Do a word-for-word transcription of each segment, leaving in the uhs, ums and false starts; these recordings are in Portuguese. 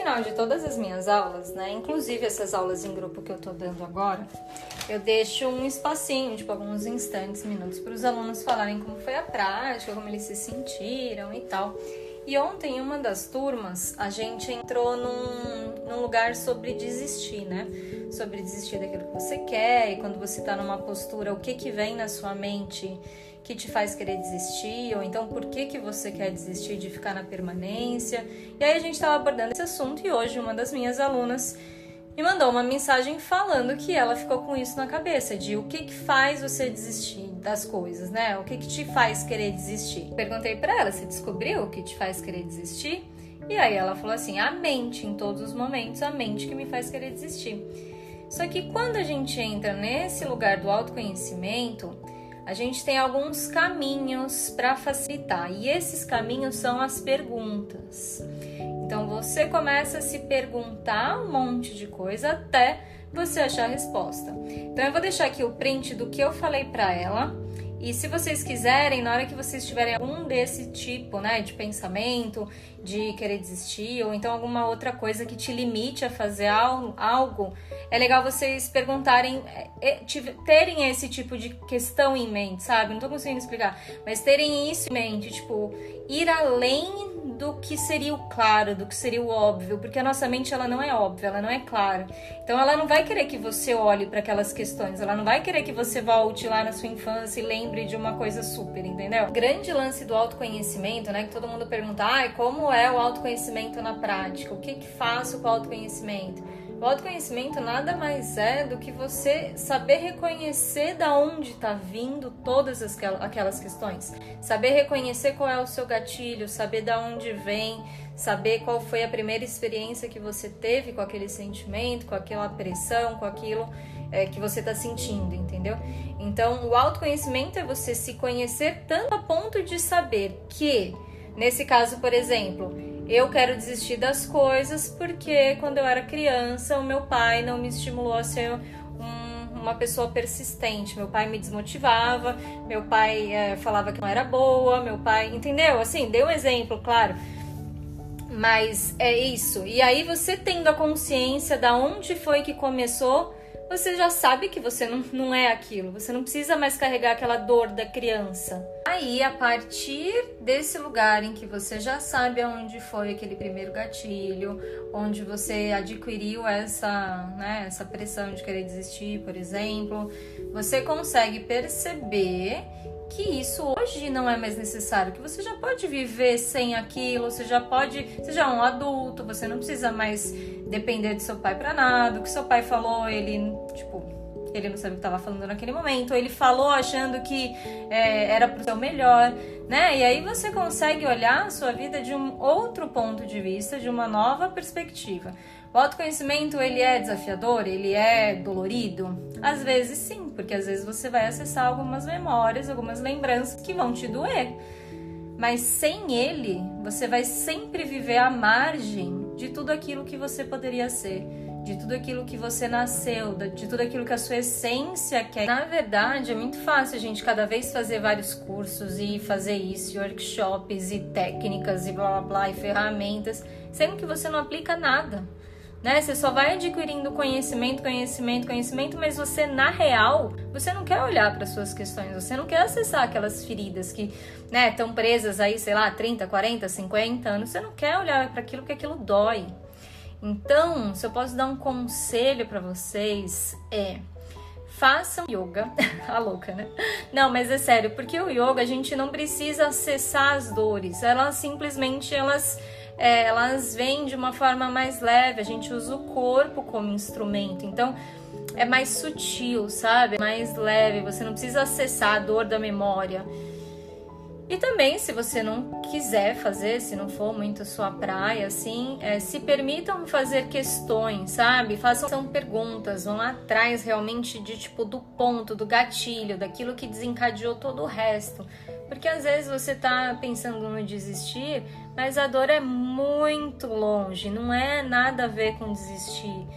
final de todas as minhas aulas, né, inclusive essas aulas em grupo que eu tô dando agora, eu deixo um espacinho, tipo alguns instantes, minutos, para os alunos falarem como foi a prática, como eles se sentiram e tal. E ontem, em uma das turmas, a gente entrou num, num lugar sobre desistir, né? Sobre desistir daquilo que você quer, e quando você tá numa postura, o que que vem na sua mente que te faz querer desistir, ou então por que que você quer desistir de ficar na permanência. E aí a gente estava abordando esse assunto e hoje uma das minhas alunas me mandou uma mensagem falando que ela ficou com isso na cabeça, de o que que faz você desistir das coisas, né? O que que te faz querer desistir? Perguntei pra ela, você descobriu o que te faz querer desistir? E aí ela falou assim, a mente, em todos os momentos, a mente que me faz querer desistir. Só que quando a gente entra nesse lugar do autoconhecimento, a gente tem alguns caminhos para facilitar, e esses caminhos são as perguntas. Então você começa a se perguntar um monte de coisa até você achar a resposta. Então eu vou deixar aqui o print do que eu falei para ela, e se vocês quiserem, na hora que vocês tiverem algum desse tipo, né, de pensamento, de querer desistir, ou então alguma outra coisa que te limite a fazer algo, é legal vocês perguntarem, terem esse tipo de questão em mente, sabe? Não tô conseguindo explicar, mas terem isso em mente, tipo, ir além do que seria o claro, do que seria o óbvio, porque a nossa mente, ela não é óbvia, ela não é clara. Então ela não vai querer que você olhe para aquelas questões, ela não vai querer que você volte lá na sua infância e lembre de uma coisa super, entendeu? O grande lance do autoconhecimento, né, que todo mundo pergunta, ah, como é o autoconhecimento na prática? O que que faço com o autoconhecimento? O autoconhecimento nada mais é do que você saber reconhecer da onde está vindo todas as, aquelas questões. Saber reconhecer qual é o seu gatilho, saber da onde vem, saber qual foi a primeira experiência que você teve com aquele sentimento, com aquela pressão, com aquilo é, que você está sentindo, entendeu? Então, o autoconhecimento é você se conhecer tanto a ponto de saber que, nesse caso, por exemplo, eu quero desistir das coisas porque quando eu era criança o meu pai não me estimulou a ser um, uma pessoa persistente. Meu pai me desmotivava, meu pai é, falava que não era boa, meu pai, entendeu? Assim, dei um exemplo, claro, mas é isso. E aí você tendo a consciência da onde foi que começou, você já sabe que você não, não é aquilo, você não precisa mais carregar aquela dor da criança. Aí, a partir desse lugar em que você já sabe aonde foi aquele primeiro gatilho, onde você adquiriu essa, né, essa pressão de querer desistir, por exemplo, você consegue perceber que isso hoje não é mais necessário, que você já pode viver sem aquilo, você já pode, você já é um adulto, você não precisa mais depender de seu pai pra nada, o que seu pai falou, ele, tipo, ele não sabe o que estava falando naquele momento, ou ele falou achando que é, era pro seu melhor, né? E aí você consegue olhar a sua vida de um outro ponto de vista, de uma nova perspectiva. O autoconhecimento, ele é desafiador? Ele é dolorido? Às vezes sim, porque às vezes você vai acessar algumas memórias, algumas lembranças que vão te doer. Mas sem ele, você vai sempre viver à margem de tudo aquilo que você poderia ser, de tudo aquilo que você nasceu, de tudo aquilo que a sua essência quer. Na verdade, é muito fácil a gente cada vez fazer vários cursos e fazer isso, e workshops e técnicas e blá blá blá, e ferramentas, sendo que você não aplica nada. Né? Você só vai adquirindo conhecimento, conhecimento, conhecimento, mas você, na real, você não quer olhar para suas questões, você não quer acessar aquelas feridas que, né, estão presas aí, sei lá, trinta, quarenta, cinquenta anos, você não quer olhar para aquilo, porque aquilo dói. Então, se eu posso dar um conselho para vocês, é: façam yoga. A louca, né? Não, mas é sério, porque o yoga, a gente não precisa acessar as dores, elas simplesmente, elas... É, elas vêm de uma forma mais leve, a gente usa o corpo como instrumento, então é mais sutil, sabe? É mais leve, você não precisa acessar a dor da memória. E também, se você não quiser fazer, se não for muito a sua praia, assim, é, se permitam fazer questões, sabe? Façam perguntas, vão atrás realmente de, tipo, do ponto, do gatilho, daquilo que desencadeou todo o resto. Porque às vezes você tá pensando no desistir, mas a dor é muito longe, não é nada a ver com desistir.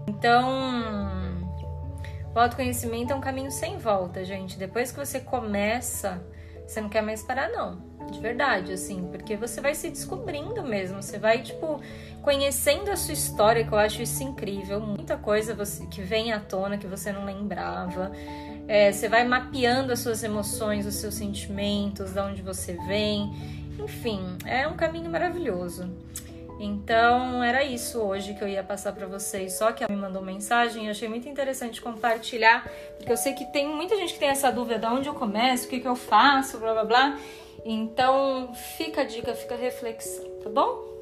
Então, o autoconhecimento é um caminho sem volta, gente. Depois que você começa, você não quer mais parar, não. De verdade, assim, porque você vai se descobrindo mesmo, você vai, tipo, conhecendo a sua história, que eu acho isso incrível. Muita coisa você, que vem à tona que você não lembrava. É, você vai mapeando as suas emoções, os seus sentimentos, de onde você vem. Enfim, é um caminho maravilhoso. Então, era isso hoje que eu ia passar pra vocês. Só que ela me mandou mensagem e eu achei muito interessante compartilhar, porque eu sei que tem muita gente que tem essa dúvida de onde eu começo, o que, que eu faço, blá blá blá. Então, fica a dica, fica a reflexão, tá bom?